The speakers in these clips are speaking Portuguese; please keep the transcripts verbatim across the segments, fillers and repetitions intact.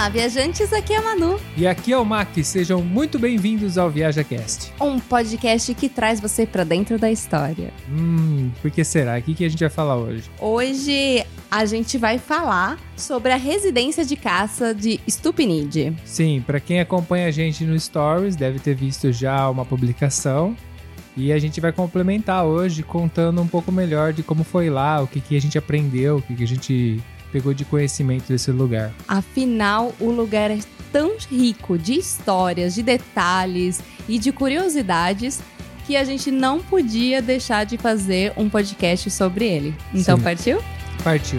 Olá, viajantes, aqui é a Manu. E aqui é o Mac, sejam muito bem-vindos ao ViajaCast. Um podcast que traz você pra dentro da história. Hum, por que será? O que, que a gente vai falar hoje? Hoje a gente vai falar sobre a residência de caça de Stupenide. Sim, pra quem acompanha a gente no Stories, deve ter visto já uma publicação. E a gente vai complementar hoje contando um pouco melhor de como foi lá, o que, que a gente aprendeu, o que, que a gente pegou de conhecimento desse lugar. Afinal, o lugar é tão rico de histórias, de detalhes e de curiosidades que a gente não podia deixar de fazer um podcast sobre ele. Então, Sim. partiu? Partiu.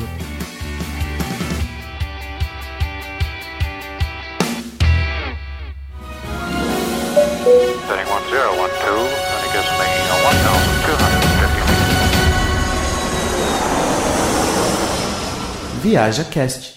Setting one zero one two, and it gives me a one thousand two hundred fifty feet. ViajaCast.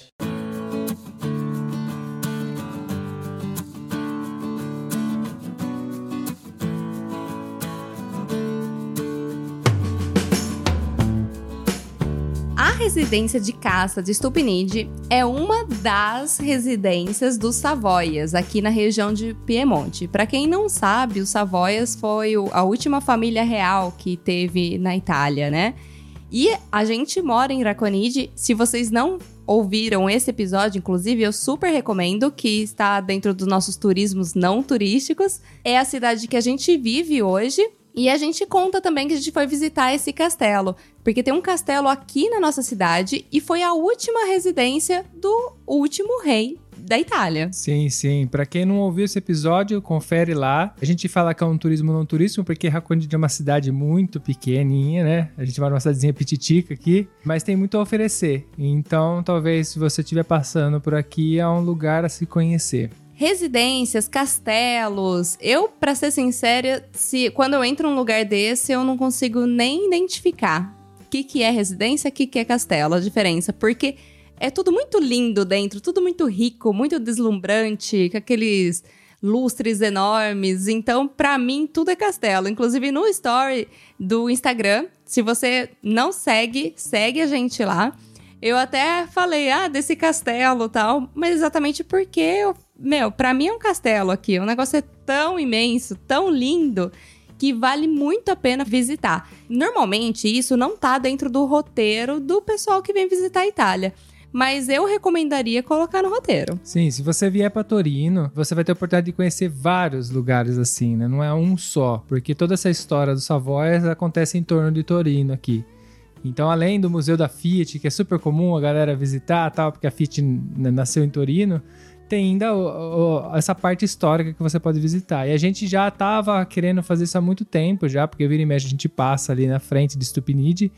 A residência de caça de Stupenide é uma das residências dos Savoias, aqui na região de Piemonte. Para quem não sabe, os Savoias foi a última família real que teve na Itália, né? E a gente mora em Raconide. Se vocês não ouviram esse episódio, inclusive, eu super recomendo, que está dentro dos nossos turismos não turísticos. É a cidade que a gente vive hoje. E a gente conta também que a gente foi visitar esse castelo, porque tem um castelo aqui na nossa cidade e foi a última residência do último rei da Itália. Sim, sim. Pra quem não ouviu esse episódio, confere lá. A gente fala que é um turismo não turístico, porque Raconide é uma cidade muito pequenininha, né? A gente mora numa cidadezinha pititica aqui, mas tem muito a oferecer. Então, talvez, se você estiver passando por aqui, é um lugar a se conhecer. Residências, castelos. Eu, pra ser sincera, se, quando eu entro num lugar desse, eu não consigo nem identificar o que, que é residência, o que, que é castelo, a diferença. Porque é tudo muito lindo dentro, tudo muito rico, muito deslumbrante, com aqueles lustres enormes. Então, pra mim, tudo é castelo. Inclusive, no story do Instagram, se você não segue, segue a gente lá. Eu até falei, ah, desse castelo e tal, mas exatamente porque eu Meu, pra mim é um castelo aqui. O negócio é tão imenso, tão lindo, que vale muito a pena visitar. Normalmente, isso não tá dentro do roteiro do pessoal que vem visitar a Itália. Mas eu recomendaria colocar no roteiro. Sim, se você vier pra Torino, você vai ter a oportunidade de conhecer vários lugares assim, né? Não é um só, porque toda essa história dos Savoias acontece em torno de Torino aqui. Então, além do Museu da Fiat, que é super comum a galera visitar, tal, porque a Fiat nasceu em Torino, tem ainda o, o, essa parte histórica que você pode visitar. E a gente já estava querendo fazer isso há muito tempo já, porque vira e mexe a gente passa ali na frente de Stupenide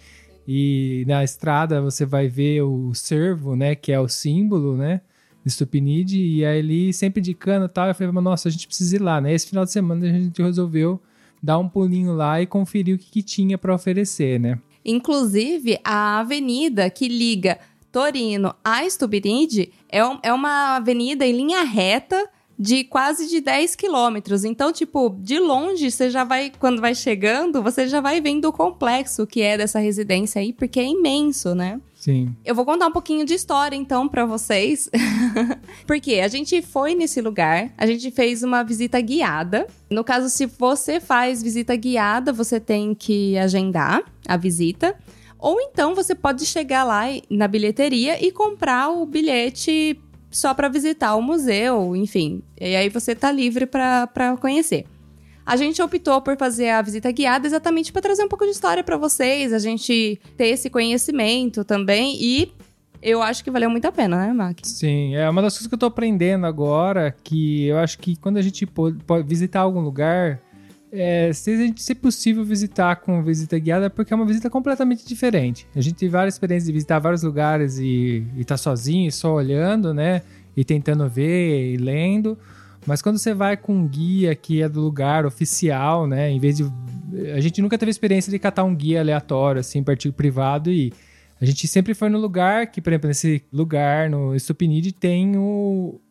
e na estrada você vai ver o cervo, né, que é o símbolo, né, de Stupenide, e aí ele sempre indicando e tal. Eu falei, nossa, a gente precisa ir lá, né? Esse final de semana a gente resolveu dar um pulinho lá e conferir o que, que tinha para oferecer, né? Inclusive, a avenida que liga Torino a Stupenide é, um, é uma avenida em linha reta de quase de dez quilômetros. Então, tipo, de longe, você já vai, quando vai chegando, você já vai vendo o complexo que é dessa residência aí, porque é imenso, né? Sim. Eu vou contar um pouquinho de história, então, pra vocês. Porque a gente foi nesse lugar, a gente fez uma visita guiada. No caso, se você faz visita guiada, você tem que agendar a visita. Ou então você pode chegar lá na bilheteria e comprar o bilhete só para visitar o museu, enfim. E aí você tá livre para conhecer. A gente optou por fazer a visita guiada exatamente para trazer um pouco de história para vocês, a gente ter esse conhecimento também, e eu acho que valeu muito a pena, né, Mac? Sim, é uma das coisas que eu tô aprendendo agora, que eu acho que quando a gente pode, pode visitar algum lugar, É, se, a gente, se possível visitar com visita guiada, porque é uma visita completamente diferente. A gente tem várias experiências de visitar vários lugares e estar tá sozinho, só olhando, né? E tentando ver e lendo. Mas quando você vai com um guia que é do lugar oficial, né? Em vez de... A gente nunca teve a experiência de catar um guia aleatório, assim, partido privado, e a gente sempre foi no lugar que, por exemplo, nesse lugar, no Stupenide, tem o...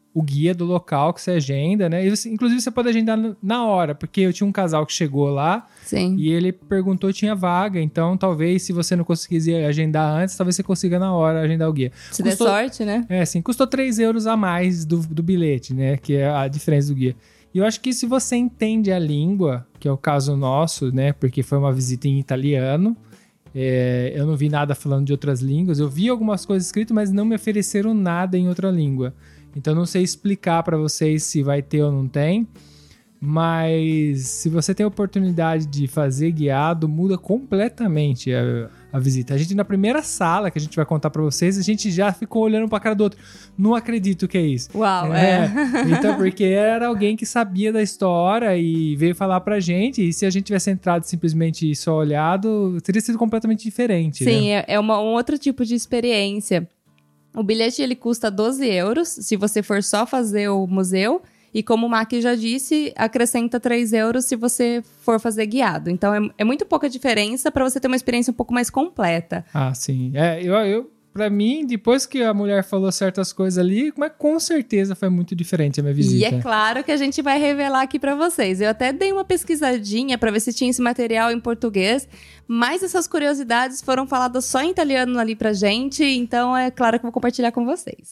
o guia do local que você agenda, né? E você, inclusive você pode agendar na hora, porque eu tinha um casal que chegou lá Sim. e ele perguntou tinha vaga, então talvez se você não conseguisse agendar antes, talvez você consiga na hora agendar o guia. Se custou, der sorte, né? É, sim, custou três euros a mais do, do bilhete, né? Que é a diferença do guia. E eu acho que se você entende a língua, que é o caso nosso, né? Porque foi uma visita em italiano, é, eu não vi nada falando de outras línguas, eu vi algumas coisas escritas, mas não me ofereceram nada em outra língua. Então, não sei explicar para vocês se vai ter ou não tem, mas se você tem a oportunidade de fazer guiado, muda completamente a, a visita. A gente, na primeira sala que a gente vai contar para vocês, a gente já ficou olhando para a cara do outro. Não acredito que é isso. Uau, é. é. Então, porque era alguém que sabia da história e veio falar pra gente, e se a gente tivesse entrado simplesmente só olhado, teria sido completamente diferente. Sim, né? é, é uma, um outro tipo de experiência. O bilhete, ele custa doze euros, se você for só fazer o museu. E como o Mac já disse, acrescenta três euros se você for fazer guiado. Então, é, é muito pouca diferença para você ter uma experiência um pouco mais completa. Ah, sim. É, eu, eu, pra mim, depois que a mulher falou certas coisas ali, mas com certeza foi muito diferente a minha visita. E é claro que a gente vai revelar aqui para vocês. Eu até dei uma pesquisadinha para ver se tinha esse material em português, mas essas curiosidades foram faladas só em italiano ali pra gente, então é claro que eu vou compartilhar com vocês.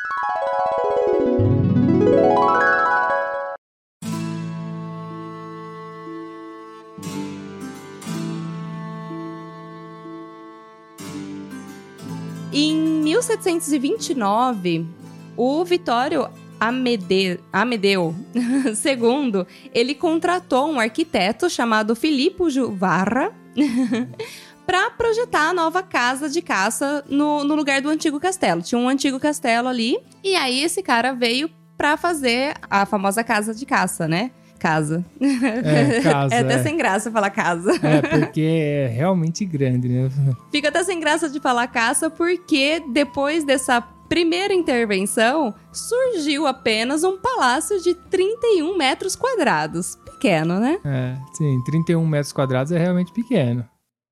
Em mil setecentos e vinte e nove, o Vittorio Amede... Amedeo segundo, ele contratou um arquiteto chamado Filippo Juvarra para projetar a nova casa de caça no, no lugar do antigo castelo. Tinha um antigo castelo ali, e aí esse cara veio para fazer a famosa casa de caça, né? Casa. É, casa. É até é. sem graça falar casa. É, porque é realmente grande, né? Fica até sem graça de falar caça, porque depois dessa primeira intervenção, surgiu apenas um palácio de trinta e um metros quadrados. Pequeno, né? É, sim, trinta e um metros quadrados é realmente pequeno.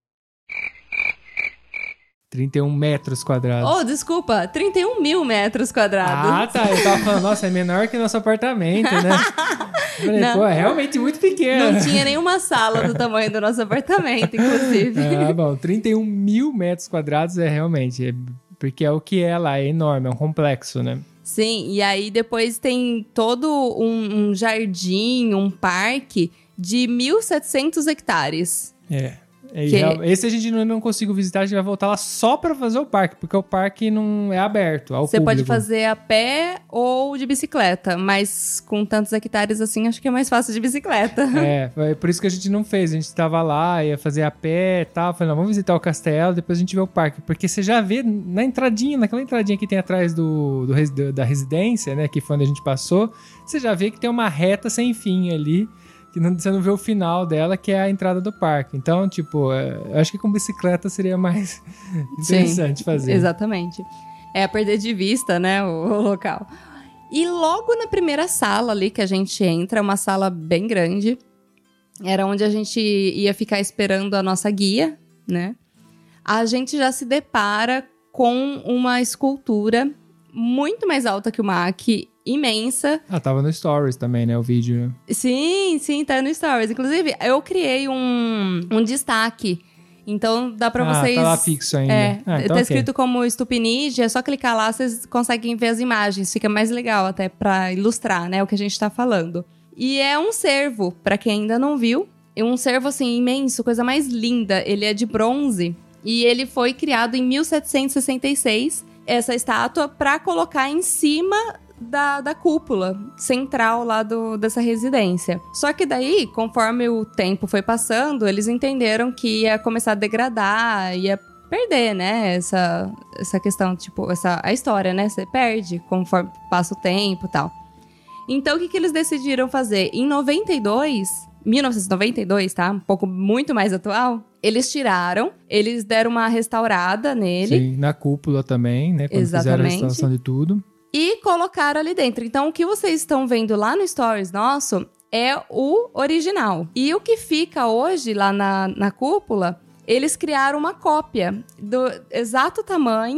trinta e um metros quadrados. Oh, desculpa, trinta e um mil metros quadrados. Ah, tá. Eu tava falando, nossa, é menor que nosso apartamento, né? Eu falei, Não. pô, é realmente muito pequeno. Não tinha nenhuma sala do tamanho do nosso apartamento, inclusive. Ah, bom, trinta e um mil metros quadrados é realmente, é, porque é o que é lá, é enorme, é um complexo, né? Sim, e aí depois tem todo um, um jardim, um parque de mil e setecentos hectares. É. É, Que- real- Esse a gente não, não conseguiu visitar, a gente vai voltar lá só pra fazer o parque, porque o parque não é aberto ao Você público. pode fazer a pé ou de bicicleta, mas com tantos hectares assim, acho que é mais fácil de bicicleta. É, foi por isso que a gente não fez. A gente tava lá, ia fazer a pé e tal. Falei, não, vamos visitar o castelo, depois a gente vê o parque. Porque você já vê na entradinha, naquela entradinha que tem atrás do, do, resi- da residência, né? Que foi onde a gente passou. Você já vê que tem uma reta sem fim ali, que não, você não vê o final dela, que é a entrada do parque. Então, tipo, é, eu acho que com bicicleta seria mais interessante Sim, fazer. Exatamente. É a perder de vista, né, o, o local. E logo na primeira sala ali que a gente entra, uma sala bem grande, era onde a gente ia ficar esperando a nossa guia, né? A gente já se depara com uma escultura muito mais alta que o Mac, imensa. Ah, tava no Stories também, né? O vídeo. Né? Sim, sim, tá no Stories. Inclusive, eu criei um, um destaque. Então, dá pra ah, vocês... tá lá fixo ainda. É, ah, então tá ok. escrito como Stupinige, é só clicar lá, vocês conseguem ver as imagens. Fica mais legal até pra ilustrar, né, o que a gente tá falando. E é um cervo, pra quem ainda não viu. É um cervo, assim, imenso, coisa mais linda. Ele é de bronze e ele foi criado em mil setecentos e sessenta e seis, essa estátua, pra colocar em cima da, da cúpula central lá do, dessa residência. Só que daí, conforme o tempo foi passando, eles entenderam que ia começar a degradar, ia perder, né, essa, essa questão, tipo, essa, a história, né, você perde conforme passa o tempo e tal. Então, o que, que eles decidiram fazer? Em noventa e dois, mil novecentos e noventa e dois, tá? Um pouco muito mais atual. Eles tiraram, eles deram uma restaurada nele. Sim, na cúpula também, né? Quando fizeram a Exatamente. restauração de tudo. E colocaram ali dentro. Então, o que vocês estão vendo lá no Stories nosso é o original. E o que fica hoje lá na, na cúpula, eles criaram uma cópia do exato tamanho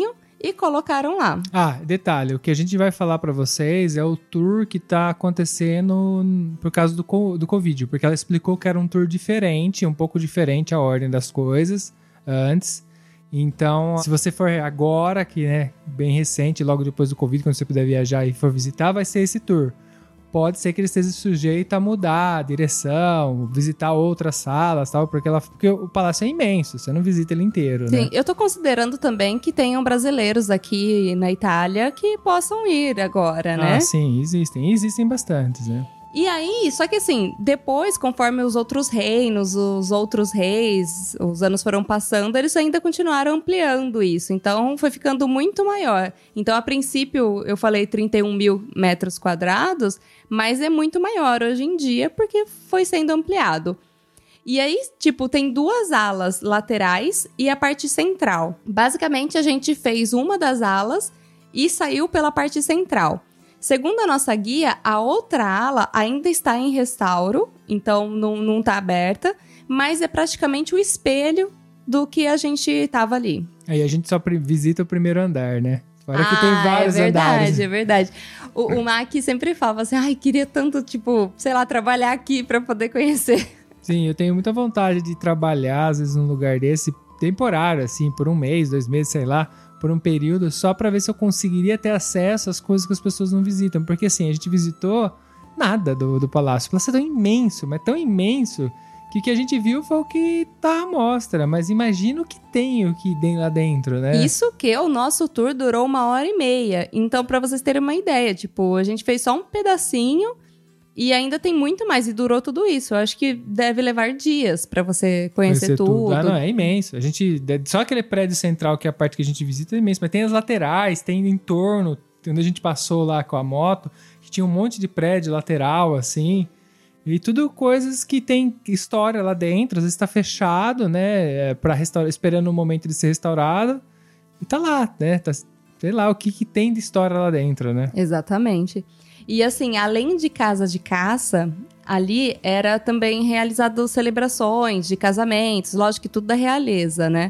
e colocaram lá. Ah, detalhe, o que a gente vai falar pra vocês é o tour que tá acontecendo por causa do, co- do Covid, porque ela explicou que era um tour diferente, um pouco diferente a ordem das coisas antes. Então, se você for agora, que é bem recente, logo depois do Covid, quando você puder viajar e for visitar, vai ser esse tour. Pode ser que ele esteja sujeito a mudar a direção, visitar outras salas, tal, porque, ela, porque o palácio é imenso, você não visita ele inteiro, Sim, né? eu tô considerando também que tenham brasileiros aqui na Itália que possam ir agora, né? Ah, sim, existem. E existem bastantes, né? E aí, só que assim, depois, conforme os outros reinos, os outros reis, os anos foram passando, eles ainda continuaram ampliando isso. Então, foi ficando muito maior. Então, a princípio, eu falei trinta e um mil metros quadrados, mas é muito maior hoje em dia, porque foi sendo ampliado. E aí, tipo, tem duas alas laterais e a parte central. Basicamente, a gente fez uma das alas e saiu pela parte central. Segundo a nossa guia, a outra ala ainda está em restauro, então não, não tá aberta, mas é praticamente o espelho do que a gente tava ali. Aí a gente só pri- visita o primeiro andar, né? Fora ah, que tem vários é verdade, andares. é verdade. O, o Mac sempre falava assim, ai, queria tanto, tipo, sei lá, trabalhar aqui pra poder conhecer. Sim, eu tenho muita vontade de trabalhar, às vezes, num lugar desse, temporário, assim, por um mês, dois meses, sei lá, por um período, só pra ver se eu conseguiria ter acesso às coisas que as pessoas não visitam. Porque, assim, a gente visitou nada do, do palácio. O palácio é tão imenso, mas tão imenso, que o que a gente viu foi o que tá à mostra. Mas imagina o que tem, o que tem lá dentro, né? Isso que o nosso tour durou uma hora e meia. Então, pra vocês terem uma ideia, tipo, a gente fez só um pedacinho e ainda tem muito mais. E durou tudo isso. Eu acho que deve levar dias pra você conhecer, Conhecer tudo. Ah, não, é imenso. A gente, só aquele prédio central, que é a parte que a gente visita, é imenso. Mas tem as laterais, tem em torno, onde a gente passou lá com a moto, que tinha um monte de prédio lateral, assim. E tudo coisas que tem história lá dentro. Às vezes tá fechado, né? É, pra restaurar, esperando o momento de ser restaurado. E tá lá, né? Tá, sei lá o que, que tem de história lá dentro, né? Exatamente. E assim, além de casa de caça, ali era também realizado celebrações de casamentos, lógico que tudo da realeza, né?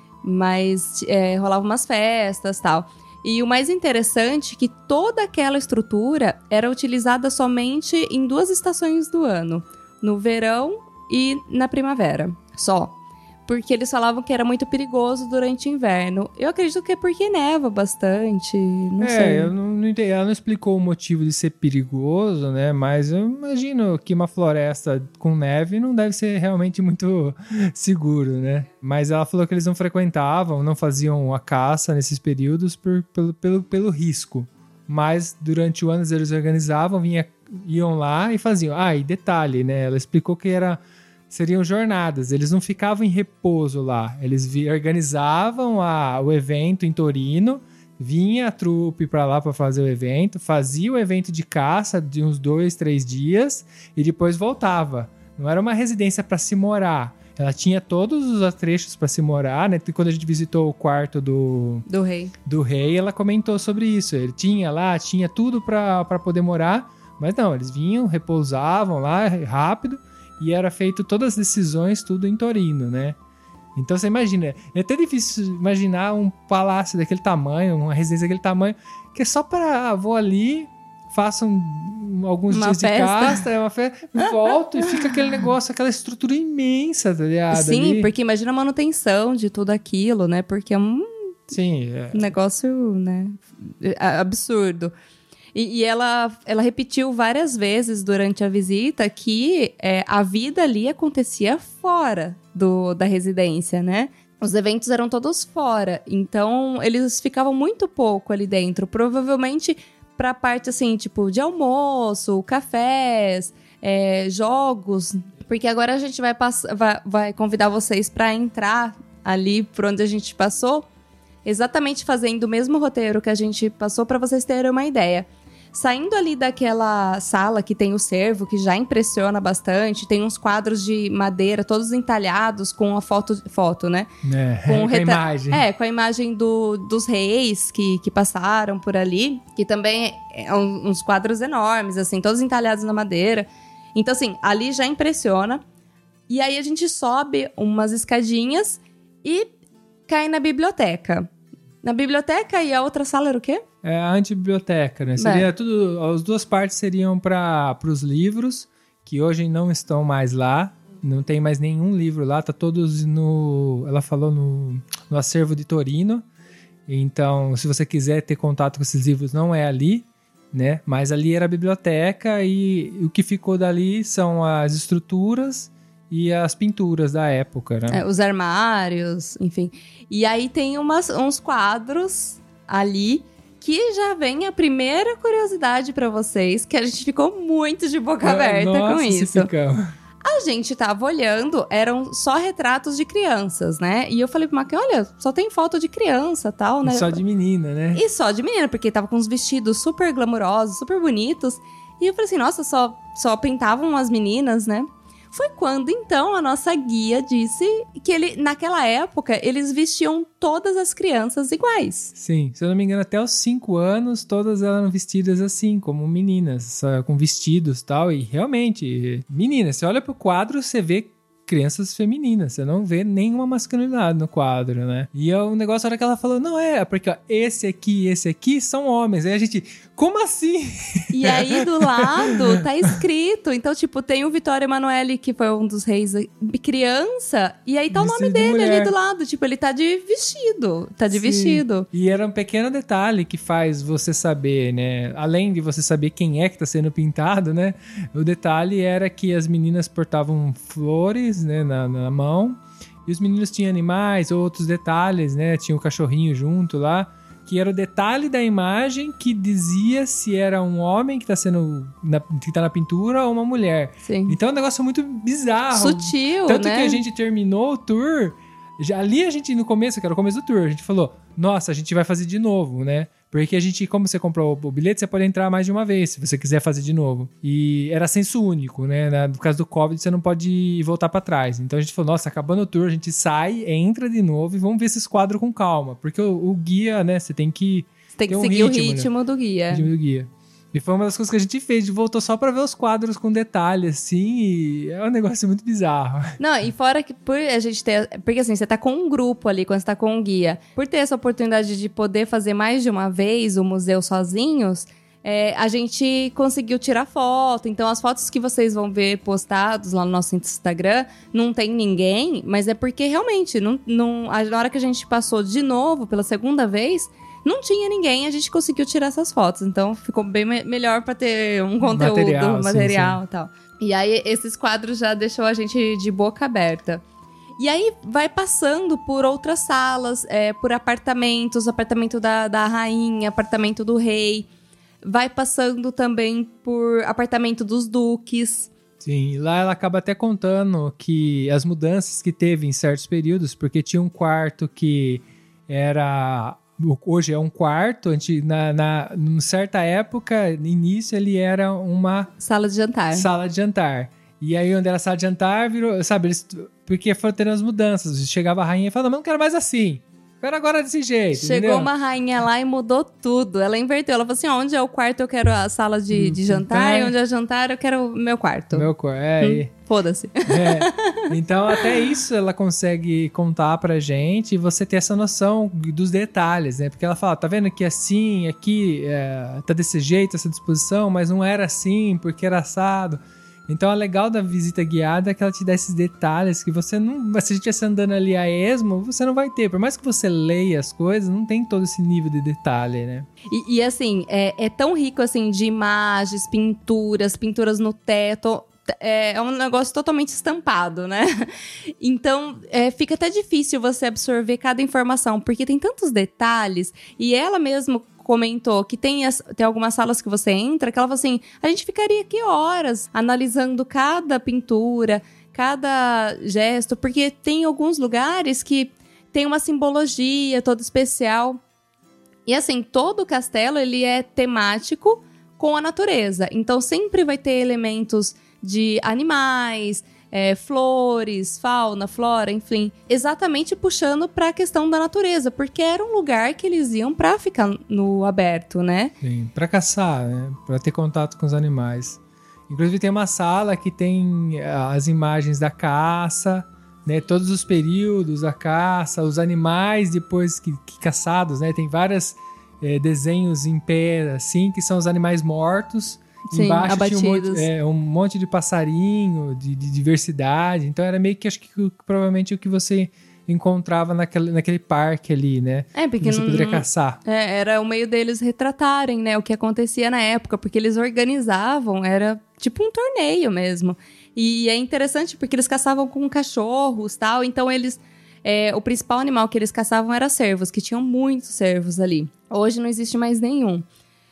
Mas é, rolavam umas festas e tal. E o mais interessante é que toda aquela estrutura era utilizada somente em duas estações do ano. No verão e na primavera, só. Porque eles falavam que era muito perigoso durante o inverno. Eu acredito que é porque neva bastante, não é, sei. eu não, não entendi. Ela não explicou o motivo de ser perigoso, né? Mas eu imagino que uma floresta com neve não deve ser realmente muito seguro, né? Mas ela falou que eles não frequentavam, não faziam a caça nesses períodos por, pelo, pelo, pelo risco. Mas durante o ano eles organizavam, vinha, iam lá e faziam. Ah, e detalhe, né? Ela explicou que era... seriam jornadas, eles não ficavam em repouso lá, eles vi, organizavam a, o evento em Torino, vinha a trupe para lá para fazer o evento, fazia o evento de caça de uns dois, três dias e depois voltava. Não era uma residência para se morar, ela tinha todos os atrechos para se morar, né? Quando a gente visitou o quarto do, Do rei. do rei, ela comentou sobre isso, ele tinha lá, tinha tudo para poder morar, mas não, eles vinham, repousavam lá rápido, e era feito todas as decisões, tudo em Torino, né? Então você imagina, é até difícil imaginar um palácio daquele tamanho, uma residência daquele tamanho, que é só para, ah, vou ali, faço um, alguns Uma dias festa. de caça, é uma festa, volto e fica aquele negócio, aquela estrutura imensa, tá ligado? Sim, ali. porque imagina a manutenção de tudo aquilo, né? Porque é um Sim, é. negócio, né, absurdo. E, e ela, ela repetiu várias vezes durante a visita que é, a vida ali acontecia fora do, da residência, né? Os eventos eram todos fora, então eles ficavam muito pouco ali dentro. Provavelmente pra parte, assim, tipo, de almoço, cafés, é, jogos. Porque agora a gente vai, pass- vai, vai convidar vocês pra entrar ali por onde a gente passou, exatamente fazendo o mesmo roteiro que a gente passou, pra vocês terem uma ideia. Saindo ali daquela sala que tem o cervo, que já impressiona bastante, tem uns quadros de madeira todos entalhados com a foto, foto né? É, Com, com a reta- imagem. É, com a imagem do, dos reis que, que passaram por ali, que também é um- uns quadros enormes, assim, todos entalhados na madeira. Então, assim, ali já impressiona. E aí a gente sobe umas escadinhas e cai na biblioteca. Na biblioteca e a outra sala era o quê? É a antibiblioteca, né? Seria é. tudo... As duas partes seriam para os livros, que hoje não estão mais lá. Não tem mais nenhum livro lá. Tá todos no... Ela falou no, no acervo de Torino. Então, se você quiser ter contato com esses livros, não é ali, né? Mas ali era a biblioteca e o que ficou dali são as estruturas e as pinturas da época, né? É, os armários, enfim. E aí tem umas, uns quadros ali que já vem a primeira curiosidade pra vocês, que a gente ficou muito de boca aberta Nossa, com isso. Se ficamos. A gente tava olhando, eram só retratos de crianças, né? E eu falei pro Mac, olha, só tem foto de criança e tal, né? E só de menina, né? E só de menina, porque tava com uns vestidos super glamurosos, super bonitos. E eu falei assim, nossa, só, só pintavam as meninas, né? Foi quando, então, a nossa guia disse que ele, naquela época, eles vestiam todas as crianças iguais. Sim, se eu não me engano, até os cinco anos, todas eram vestidas assim, como meninas, com vestidos e tal. E realmente, meninas, você olha pro quadro, você vê crianças femininas, você não vê nenhuma masculinidade no quadro, né? E o negócio, a hora que ela falou, não é, porque ó, esse aqui e esse aqui são homens. Aí a gente, como assim? E aí do lado tá escrito, então tipo, tem o Vittorio Emanuele, que foi um dos reis criança, e aí tá o nome dele ali do lado, tipo, ele tá de vestido, tá de Sim. vestido. E era um pequeno detalhe que faz você saber, né? Além de você saber quem é que tá sendo pintado, né? O detalhe era que as meninas portavam flores, né, na, na mão, e os meninos tinham animais, outros detalhes, né, tinha um cachorrinho junto lá, que era o detalhe da imagem que dizia se era um homem que tá sendo na, que tá na pintura ou uma mulher. Sim. Então é um negócio muito bizarro. Sutil, Tanto né? que a gente terminou o tour, já, ali a gente, no começo, que era o começo do tour, a gente falou, nossa, a gente vai fazer de novo, né? Porque a gente, como você comprou o bilhete, você pode entrar mais de uma vez, se você quiser fazer de novo. E era senso único, né? No caso do Covid, você não pode voltar pra trás. Então a gente falou, nossa, acabando o tour, a gente sai, entra de novo e vamos ver esses quadros com calma. Porque o, o guia, né, você tem que... Você tem que um seguir ritmo, o ritmo né? do guia. O ritmo do guia. E foi uma das coisas que a gente fez, a gente voltou só pra ver os quadros com detalhe, assim, e é um negócio muito bizarro. Não, e fora que por a gente ter... Porque assim, você tá com um grupo ali, quando você tá com um guia. Por ter essa oportunidade de poder fazer mais de uma vez o museu sozinhos, é, a gente conseguiu tirar foto. Então, as fotos que vocês vão ver postados lá no nosso Instagram, não tem ninguém, mas é porque realmente, não, não, na hora que a gente passou de novo, pela segunda vez... Não tinha ninguém, a gente conseguiu tirar essas fotos. Então, ficou bem me- melhor pra ter um conteúdo, material, material sim, e tal. E aí, esses quadros já deixou a gente de boca aberta. E aí, vai passando por outras salas, é, por apartamentos, apartamento da, da rainha, apartamento do rei. Vai passando também por apartamento dos duques. Sim, lá ela acaba até contando que as mudanças que teve em certos períodos, porque tinha um quarto que era... Hoje é um quarto, na, na, em certa época, no início, ele era uma... Sala de jantar. Sala de jantar. E aí, onde era sala de jantar, virou... Sabe, eles, porque foram tendo as mudanças. Chegava a rainha e falava, não, não quero mais assim. Quero agora desse jeito, Chegou entendeu? uma rainha lá e mudou tudo. Ela inverteu. Ela falou assim, onde é o quarto eu quero a sala de, de jantar, e onde é jantar eu quero o meu quarto. Meu quarto, é. Hum, e... Foda-se. É. Então, até isso ela consegue contar pra gente e você ter essa noção dos detalhes, né? Porque ela fala, tá vendo que assim, aqui, é, tá desse jeito, essa disposição, mas não era assim, porque era assado. Então, o legal da visita guiada é que ela te dá esses detalhes que você não... Se a gente estivesse andando ali a esmo, você não vai ter. Por mais que você leia as coisas, não tem todo esse nível de detalhe, né? E, e assim, é, é tão rico, assim, de imagens, pinturas, pinturas no teto... É um negócio totalmente estampado, né? Então, é, fica até difícil você absorver cada informação, porque tem tantos detalhes, e ela mesmo comentou que tem, as, tem algumas salas que você entra, que ela falou assim, a gente ficaria aqui horas analisando cada pintura, cada gesto, porque tem alguns lugares que tem uma simbologia toda especial. E assim, todo o castelo, ele é temático com a natureza, então sempre vai ter elementos de animais, é, flores, fauna, flora, enfim. Exatamente puxando para a questão da natureza, porque era um lugar que eles iam para ficar no aberto, né? Sim, para caçar, né? Para ter contato com os animais. Inclusive tem uma sala que tem as imagens da caça, né? Todos os períodos, a caça, os animais depois que, que caçados, né? Tem vários é, desenhos em pé, assim, que são os animais mortos. Sim, embaixo abatidos. tinha um monte, é, um monte de passarinho, de, de diversidade. Então era meio que, acho que provavelmente o que você encontrava naquele, naquele parque ali, né? É, porque que você não, poderia caçar. É, era o meio deles retratarem, né, o que acontecia na época, porque eles organizavam, era tipo um torneio mesmo. E é interessante porque eles caçavam com cachorros e tal, então eles... É, o principal animal que eles caçavam era cervos, que tinham muitos cervos ali. Hoje não existe mais nenhum.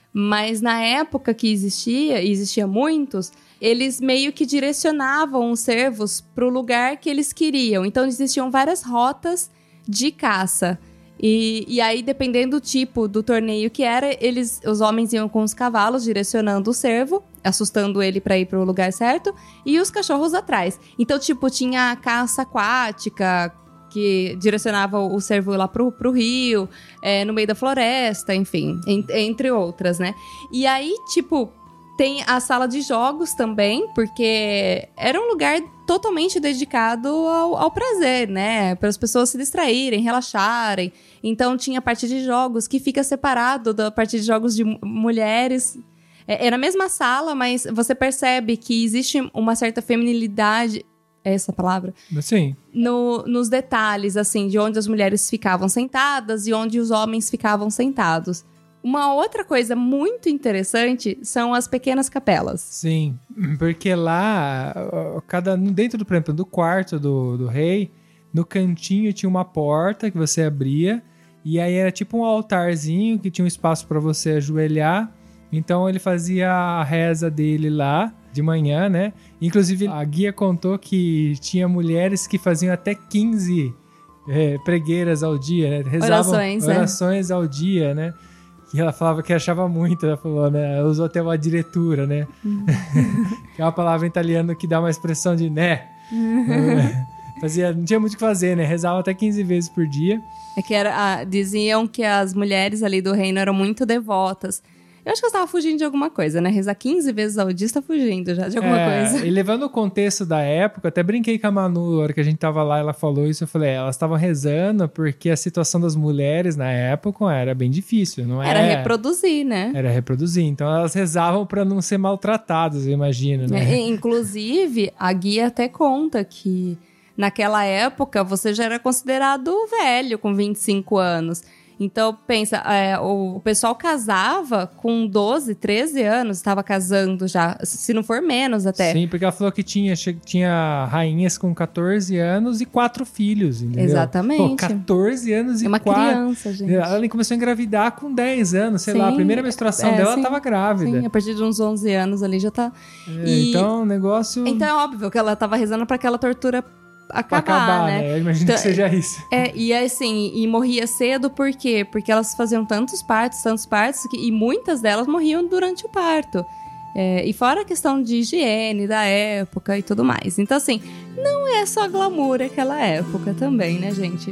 Mas na época que existia, e existia muitos, eles meio que direcionavam os cervos para o lugar que eles queriam. Então existiam várias rotas de caça. E, e aí, dependendo do tipo do torneio que era, eles, os homens iam com os cavalos direcionando o cervo, assustando ele para ir para o lugar certo, e os cachorros atrás. Então, tipo, tinha a caça aquática, que direcionava o cervo lá pro, pro rio, é, no meio da floresta, enfim, en, entre outras, né? E aí, tipo, tem a sala de jogos também, porque era um lugar totalmente dedicado ao, ao prazer, né? Para as pessoas se distraírem, relaxarem. Então, tinha a parte de jogos que fica separado da parte de jogos de mulheres. É, é na mesma sala, mas você percebe que existe uma certa feminilidade... É essa palavra? Sim. No, nos detalhes, assim, de onde as mulheres ficavam sentadas e onde os homens ficavam sentados. Uma outra coisa muito interessante são as pequenas capelas. Sim, porque lá, cada, dentro do, por exemplo, do quarto do, do rei, no cantinho tinha uma porta que você abria, e aí era tipo um altarzinho que tinha um espaço para você ajoelhar. Então ele fazia a reza dele lá, de manhã, né? Inclusive, a guia contou que tinha mulheres que faziam até quinze é, pregueiras ao dia, né? Rezavam orações, orações é. ao dia, né? E ela falava que achava muito, ela falou, né? Ela usou até uma diretura, né? Uhum. Que é uma palavra em italiano que dá uma expressão de né. Uhum. Fazia, não tinha muito o que fazer, né? Rezava até quinze vezes por dia. É que era, ah, diziam que as mulheres ali do reino eram muito devotas. Eu acho que eu estava fugindo de alguma coisa, né? Rezar quinze vezes ao dia está fugindo já de alguma é, coisa. E levando o contexto da época, até brinquei com a Manu, na hora que a gente tava lá, ela falou isso, eu falei, é, elas estavam rezando porque a situação das mulheres na época era bem difícil, não era? Era reproduzir, né? Era reproduzir, então elas rezavam para não ser maltratadas, eu imagino, né? É, inclusive, a guia até conta que naquela época você já era considerado velho com vinte e cinco anos. Então, pensa, é, o, o pessoal casava com doze, treze anos, estava casando já, se não for menos até. Sim, porque ela falou que tinha, tinha rainhas com catorze anos e quatro filhos, entendeu? Exatamente. Pô, catorze anos e é uma quatro... criança, gente. Ela começou a engravidar com dez anos, sei sim, lá, a primeira menstruação é, dela sim, estava grávida. Sim, a partir de uns onze anos ali já tá... É, e... Então, o negócio... Então é óbvio que ela estava rezando para aquela tortura acabar, acabar, né? né? Eu imagino então, que seja isso. É, e assim, e morria cedo por quê? Porque elas faziam tantos partos, tantos partos, que, e muitas delas morriam durante o parto. É, e fora a questão de higiene da época e tudo mais. Então, assim, não é só glamour aquela época também, né, gente?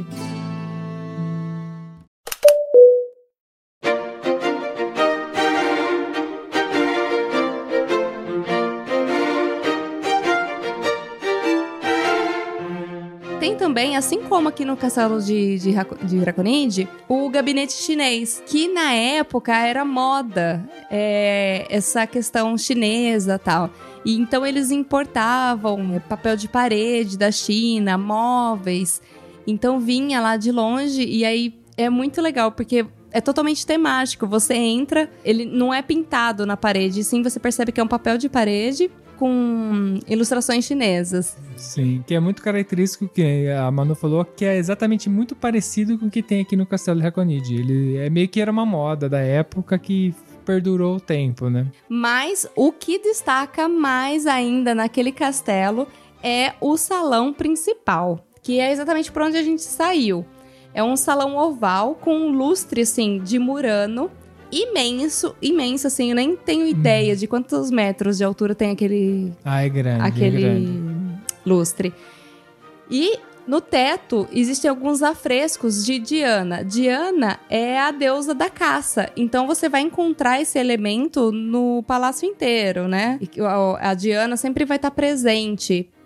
Tem também, assim como aqui no castelo de, de, de Draconide, o gabinete chinês, que na época era moda, é, essa questão chinesa e tal. E então eles importavam papel de parede da China, móveis. Então vinha lá de longe e aí é muito legal, porque é totalmente temático. Você entra, ele não é pintado na parede, sim, você percebe que é um papel de parede com ilustrações chinesas. Sim, que é muito característico, que a Manu falou, que é exatamente muito parecido com o que tem aqui no Castelo de Draconide. Ele é meio que era uma moda da época que perdurou o tempo, né? Mas o que destaca mais ainda naquele castelo é o salão principal, que é exatamente por onde a gente saiu. É um salão oval com um lustre, assim, de murano, imenso, imenso, assim, eu nem tenho ideia hum. de quantos metros de altura tem aquele... Ah, é grande, aquele é grande. lustre. E no teto existem alguns afrescos de Diana. Diana é a deusa da caça, então você vai encontrar esse elemento no palácio inteiro, né? A Diana sempre vai estar presente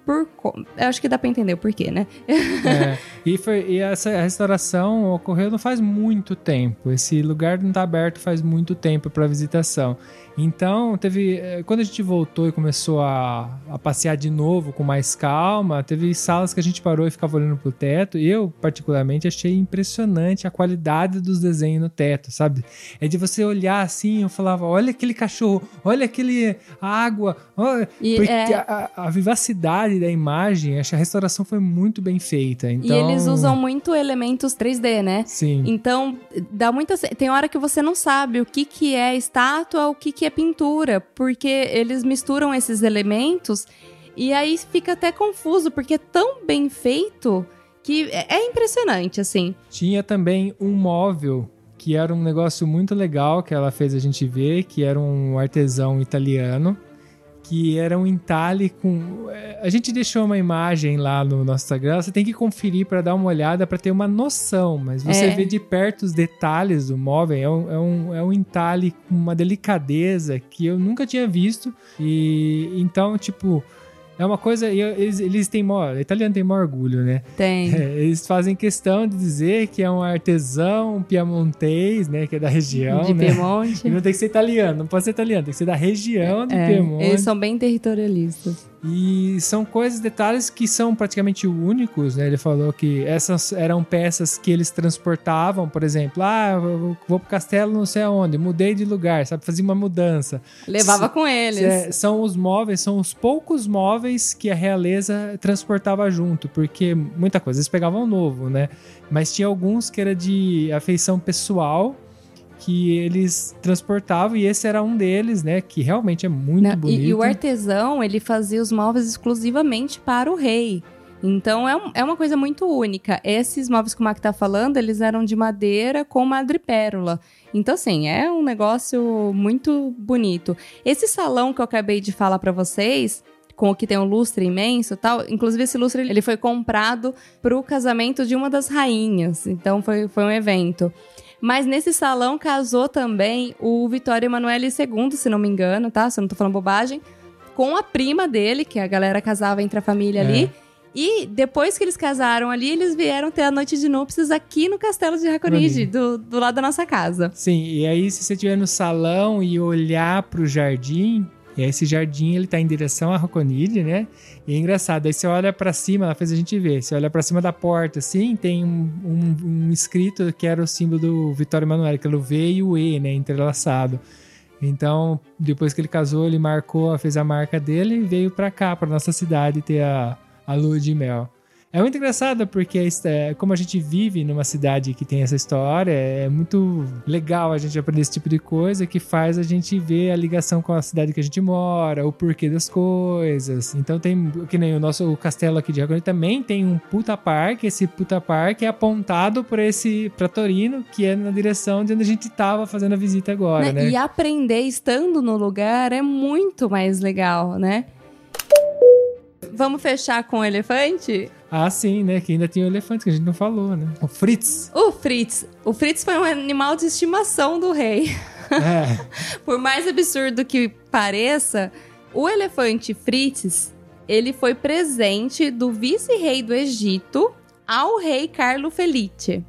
por... co- Eu acho que dá pra entender o porquê, né? É, e, foi, e essa restauração ocorreu não faz muito tempo. Esse lugar não tá aberto faz muito tempo para visitação. Então, teve eh, quando a gente voltou e começou a, a passear de novo com mais calma, teve salas que a gente parou e ficava olhando pro teto. E eu, particularmente, achei impressionante a qualidade dos desenhos no teto, sabe? É de você olhar assim, eu falava, olha aquele cachorro, olha aquele água, olha... E Porque é- a, a vivacidade da imagem, acho que a restauração foi muito bem feita. Então, E eles usam muito elementos três D, né? Sim. Então, dá muita... Tem hora que você não sabe o que, que é estátua, o que, que é pintura, porque eles misturam esses elementos e aí fica até confuso, porque é tão bem feito que é é impressionante, assim. Tinha também um móvel que era um negócio muito legal que ela fez a gente ver, que era um artesão italiano, que era um entalhe com... A gente deixou uma imagem lá no nosso Instagram, você tem que conferir para dar uma olhada, para ter uma noção, mas você É. vê de perto os detalhes do móvel, é um, é um, é um entalhe com uma delicadeza que eu nunca tinha visto, e então, tipo... É uma coisa, e eles, eles têm maior, italiano tem maior orgulho, né? Tem. É, eles fazem questão de dizer que é um artesão piemontês, né? Que é da região, De né? Piemonte. E não tem que ser italiano, não pode ser italiano, tem que ser da região de É, Piemonte. eles são bem territorialistas. E são coisas, detalhes que são praticamente únicos, né? Ele falou que essas eram peças que eles transportavam, por exemplo, ah, eu vou pro castelo não sei aonde, mudei de lugar, sabe? Fazia uma mudança. Levava S- com eles. É, são os móveis, são os poucos móveis que a realeza transportava junto, porque muita coisa eles pegavam novo, né? Mas tinha alguns que era de afeição pessoal que eles transportavam e esse era um deles, né? Que realmente é muito Não, bonito. e, e o artesão, ele fazia os móveis exclusivamente para o rei. Então, é, um- é uma coisa muito única. Esses móveis que o Mac tá falando, eles eram de madeira com madrepérola. Então, assim, é um negócio muito bonito. Esse salão que eu acabei de falar para vocês, com o que tem um lustre imenso e tal, inclusive esse lustre ele foi comprado para o casamento de uma das rainhas. Então, foi, foi um evento. Mas nesse salão casou também o Vittorio Emanuele segundo, se não me engano, tá? Se eu não tô falando bobagem. Com a prima dele, que a galera casava entre a família É. ali. E depois que eles casaram ali, eles vieram ter a noite de núpcias aqui no Castelo de Raconide, do, do lado da nossa casa. Sim, e aí se você estiver no salão e olhar pro jardim, e aí esse jardim ele tá em direção a Raconide, né? E é engraçado, aí você olha pra cima, ela fez a gente ver, você olha pra cima da porta, assim, tem um, um, um escrito que era o símbolo do Vittorio Emanuele, que era o V e o E, né? Entrelaçado. Então, depois que ele casou, ele marcou, fez a marca dele e veio pra cá, pra nossa cidade, ter a, a lua de mel. É muito engraçado porque, é, como a gente vive numa cidade que tem essa história, é muito legal a gente aprender esse tipo de coisa que faz a gente ver a ligação com a cidade que a gente mora, o porquê das coisas. Então tem, que nem o nosso o castelo aqui de Raconide também tem um puta parque, esse puta parque é apontado por esse, pra Torino, que é na direção de onde a gente tava fazendo a visita agora, né? E aprender estando no lugar é muito mais legal, né? Vamos fechar com o elefante? Ah, sim, né? Que ainda tem o elefante que a gente não falou, né? O Fritz. O Fritz. O Fritz foi um animal de estimação do rei. É. Por mais absurdo que pareça, o elefante Fritz, ele foi presente do vice-rei do Egito ao rei Carlo Felice.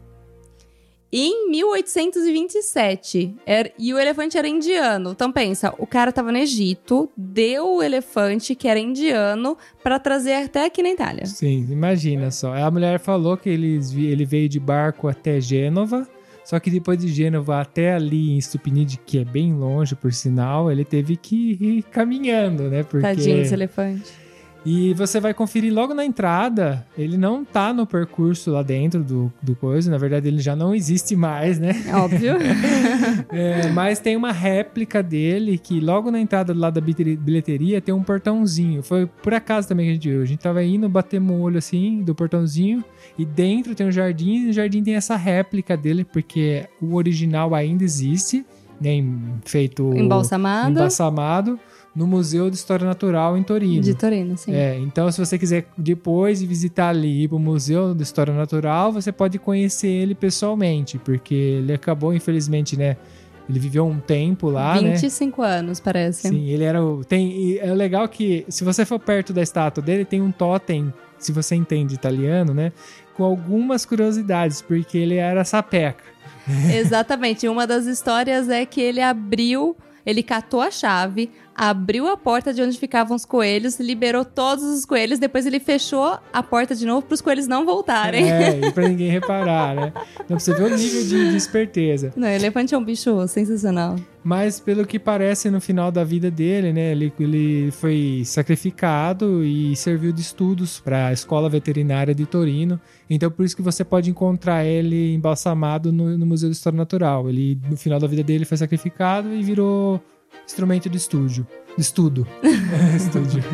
Em mil oitocentos e vinte e sete. Era, e o elefante era indiano. Então pensa, o cara tava no Egito, deu o elefante, que era indiano, pra trazer até aqui na Itália. Sim, imagina só. A mulher falou que eles, vi- ele veio de barco até Gênova, só que depois de Gênova até ali em Stupinide, que é bem longe, por sinal, ele teve que ir caminhando, né? Porque... Tadinho desse elefante. E você vai conferir logo na entrada, ele não tá no percurso lá dentro do, do coisa, na verdade ele já não existe mais, né? Óbvio. É, mas tem uma réplica dele que logo na entrada do lado da bilhete- bilheteria tem um portãozinho. Foi por acaso também que a gente viu. A gente tava indo, batemos o olho assim do portãozinho e dentro tem um jardim e no jardim tem essa réplica dele, porque o original ainda existe, né? em- Feito Embalsamado. embalsamado no Museu de História Natural em Torino. De Torino, sim. É, então, se você quiser depois de visitar ali e ir pro Museu de História Natural, você pode conhecer ele pessoalmente, porque ele acabou, infelizmente, né, Ele viveu um tempo lá, né? vinte e cinco anos, parece. Sim, ele era o... Tem, e é legal que, se você for perto da estátua dele, tem um totem, se você entende italiano, né? Com algumas curiosidades, porque ele era sapeca. Exatamente. Uma das histórias é que ele abriu... Ele catou a chave, abriu a porta de onde ficavam os coelhos, liberou todos os coelhos, depois ele fechou a porta de novo para os coelhos não voltarem. É, e pra ninguém reparar, né? Então pra você ver o nível de, de esperteza. Não, elefante é um bicho sensacional. Mas pelo que parece, no final da vida dele, né? Ele, ele foi sacrificado e serviu de estudos para a Escola Veterinária de Torino. Então por isso que você pode encontrar ele embalsamado no, no Museu de História Natural. Ele, no final da vida dele, foi sacrificado e virou instrumento de estúdio. De estudo. Estúdio.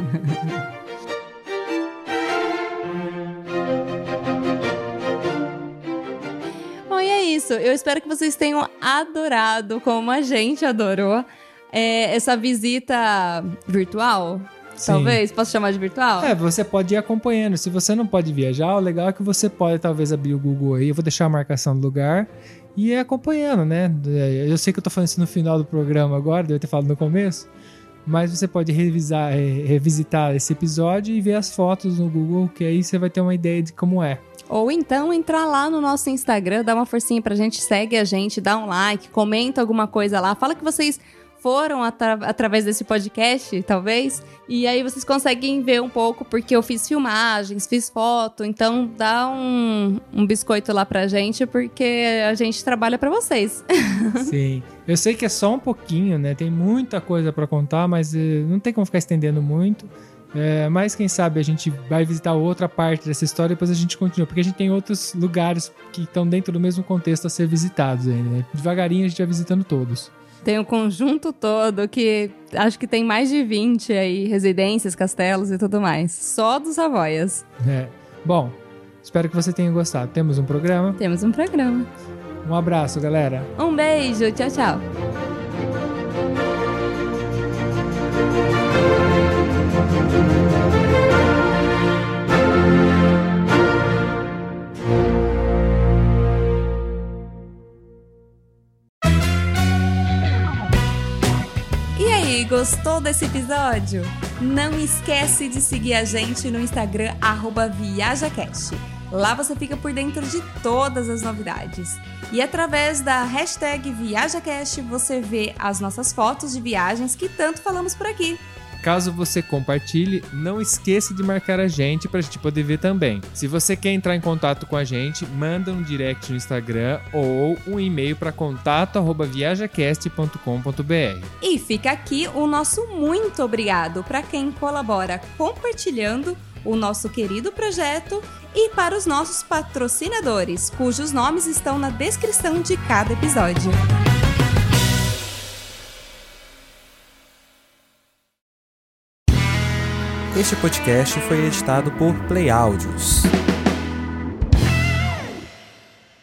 Bom, e é isso. Eu espero que vocês tenham adorado, como a gente adorou, é, essa visita virtual. Sim. Talvez? Posso chamar de virtual? É, você pode ir acompanhando. Se você não pode viajar, o legal é que você pode talvez abrir o Google aí. Eu vou deixar a marcação do lugar e ir acompanhando, né? Eu sei que eu tô falando isso no final do programa agora, deve ter falado no começo, mas você pode revisar, revisitar esse episódio e ver as fotos no Google, que aí você vai ter uma ideia de como é. Ou então entrar lá no nosso Instagram, dá uma forcinha pra gente, segue a gente, dá um like, comenta alguma coisa lá, fala que vocês foram atra- através desse podcast, talvez, e aí vocês conseguem ver um pouco, porque eu fiz filmagens, fiz foto, então dá um, um biscoito lá pra gente, porque a gente trabalha pra vocês. Sim, eu sei que é só um pouquinho, né? Tem muita coisa pra contar, mas eh, não tem como ficar estendendo muito. É, mas quem sabe a gente vai visitar outra parte dessa história e depois a gente continua, porque a gente tem outros lugares que estão dentro do mesmo contexto a ser visitados ainda, né? Devagarinho a gente vai visitando todos. Tem um conjunto todo que acho que tem mais de vinte aí, residências, castelos e tudo mais. Só dos Savoias. É. Bom, espero que você tenha gostado. Temos um programa. Temos um programa. Um abraço, galera. Um beijo, tchau, tchau. Gostou desse episódio? Não esquece de seguir a gente no Instagram arroba ViajaCast. Lá você fica por dentro de todas as novidades. E através da hashtag ViajaCast você vê as nossas fotos de viagens que tanto falamos por aqui. Caso você compartilhe, não esqueça de marcar a gente pra gente poder ver também. Se você quer entrar em contato com a gente, manda um direct no Instagram ou um e-mail para contato arroba viajacast ponto com ponto br. E fica aqui o nosso muito obrigado para quem colabora compartilhando o nosso querido projeto e para os nossos patrocinadores, cujos nomes estão na descrição de cada episódio. Este podcast foi editado por Play Áudios.